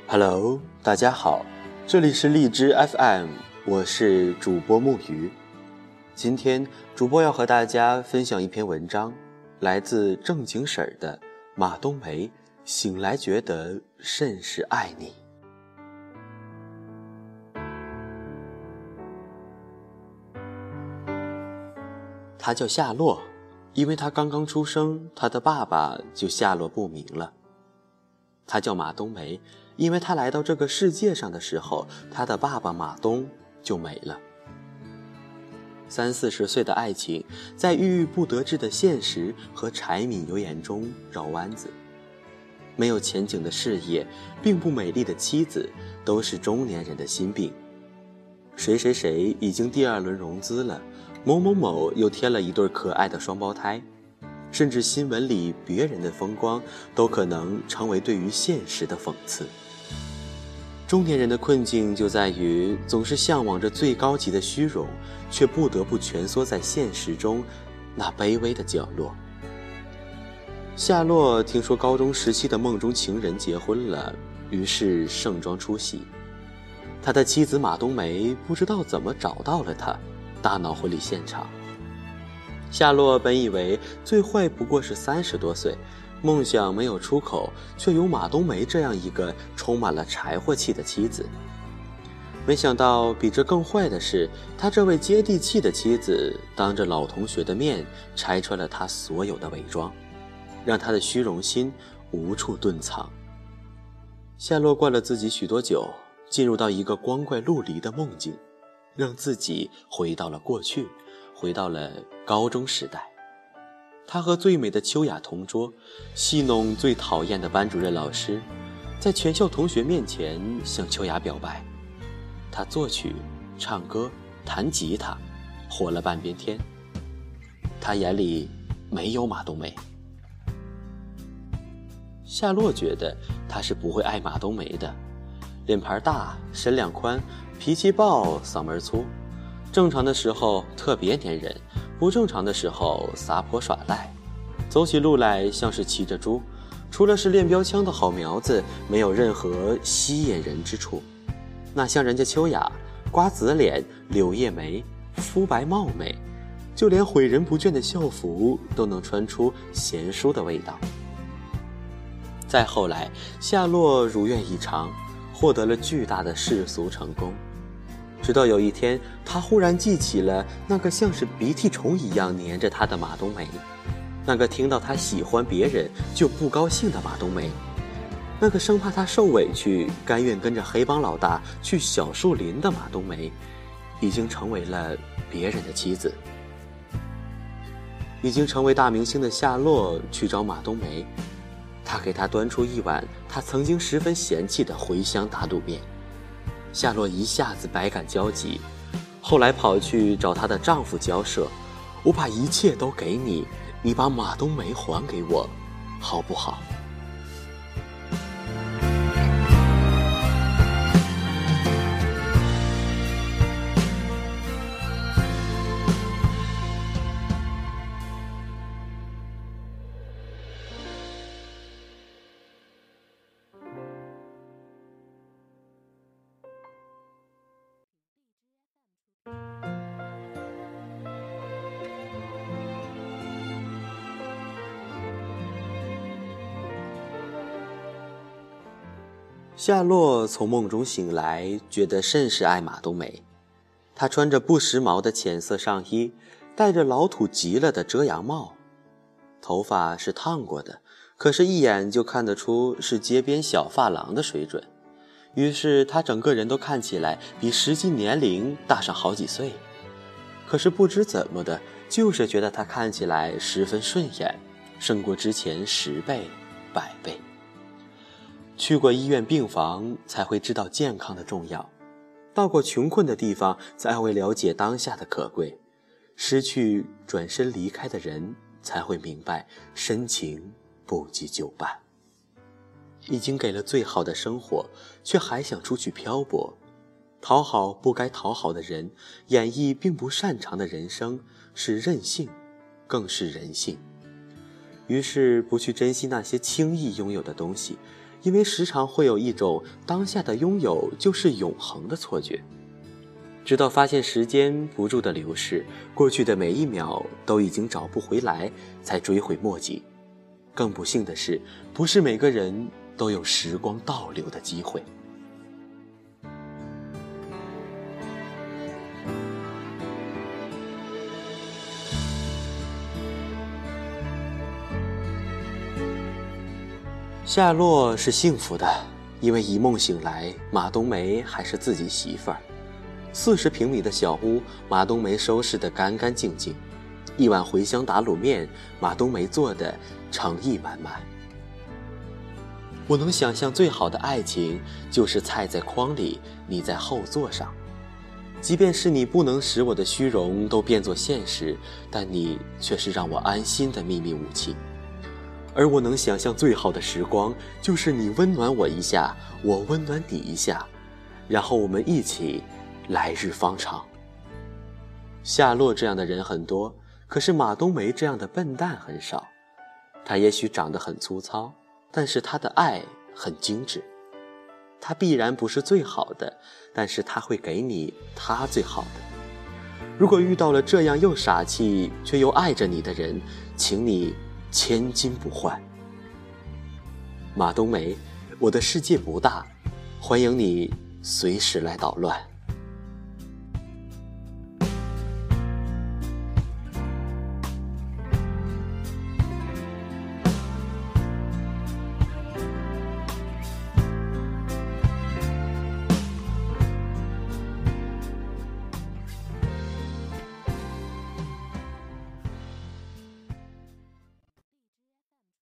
Hello， 大家好，这里是荔枝 FM， 我是主播木鱼。今天主播要和大家分享一篇文章，来自正经婶儿的马冬梅，醒来觉得甚是爱你。他叫夏洛，因为他刚刚出生，他的爸爸就下落不明了。他叫马冬梅，因为他来到这个世界上的时候，他的爸爸马冬就没了。30-40岁的爱情，在郁郁不得志的现实和柴米油盐中绕弯子。没有前景的事业，并不美丽的妻子，都是中年人的心病。谁已经第2轮融资了，某某某又添了一对可爱的双胞胎，甚至新闻里别人的风光都可能成为对于现实的讽刺。中年人的困境就在于总是向往着最高级的虚荣，却不得不蜷缩在现实中那卑微的角落。夏洛听说高中时期的梦中情人结婚了，于是盛装出席。他的妻子马冬梅不知道怎么找到了他，大闹婚礼现场。夏洛本以为最坏不过是30多岁，梦想没有出口，却有马冬梅这样一个充满了柴火气的妻子。没想到比这更坏的是，他这位接地气的妻子当着老同学的面拆穿了他所有的伪装，让他的虚荣心无处遁藏。夏洛灌了自己许多酒，进入到一个光怪陆离的梦境，让自己回到了过去，回到了高中时代。他和最美的秋雅同桌，戏弄最讨厌的班主任老师，在全校同学面前向秋雅表白。他作曲、唱歌、弹吉他，火了半边天。他眼里没有马冬梅。夏洛觉得他是不会爱马冬梅的，脸盘大，身量宽，脾气暴，嗓门粗，正常的时候特别粘人，不正常的时候撒泼耍赖，走起路来像是骑着猪，除了是练标枪的好苗子，没有任何吸引人之处。那像人家秋雅，瓜子脸，柳叶眉，肤白貌美，就连毁人不倦的校服都能穿出贤淑的味道。再后来，夏洛如愿以偿，获得了巨大的世俗成功。直到有一天，他忽然记起了那个像是鼻涕虫一样黏着他的马冬梅，那个听到他喜欢别人就不高兴的马冬梅，那个生怕他受委屈甘愿跟着黑帮老大去小树林的马冬梅，已经成为了别人的妻子。已经成为大明星的夏洛去找马冬梅，他给他端出一碗他曾经十分嫌弃的茴香打卤面。夏洛一下子百感交集，后来跑去找她的丈夫交涉，我把一切都给你，你把马冬梅还给我，好不好？夏洛从梦中醒来，觉得甚是爱马冬梅。她穿着不时髦的浅色上衣，戴着老土极了的遮阳帽，头发是烫过的，可是一眼就看得出是街边小发廊的水准。于是她整个人都看起来比实际年龄大上好几岁。可是不知怎么的，就是觉得她看起来十分顺眼，胜过之前10倍、100倍。去过医院病房才会知道健康的重要，到过穷困的地方才会了解当下的可贵，失去转身离开的人才会明白深情不及久伴。已经给了最好的生活，却还想出去漂泊，讨好不该讨好的人，演绎并不擅长的人生，是任性，更是人性。于是不去珍惜那些轻易拥有的东西， 因为时常会有一种当下的拥有就是永恒的错觉。直到发现时间不住的流逝，过去的每一秒都已经找不回来，才追悔莫及。更不幸的是，不是每个人都有时光倒流的机会。夏洛是幸福的，因为一梦醒来，马冬梅还是自己媳妇儿。40平米的小屋，马冬梅收拾得干干净净，一碗茴香打卤面，马冬梅做的诚意满满。我能想象最好的爱情，就是菜在筐里，你在后座上。即便是你不能使我的虚荣都变作现实，但你却是让我安心的秘密武器。而我能想象最好的时光，就是你温暖我一下，我温暖你一下，然后我们一起来日方长。夏洛这样的人很多，可是马冬梅这样的笨蛋很少。他也许长得很粗糙，但是他的爱很精致。他必然不是最好的，但是他会给你他最好的。如果遇到了这样又傻气却又爱着你的人，请你千金不换。马冬梅，我的世界不大，欢迎你随时来捣乱。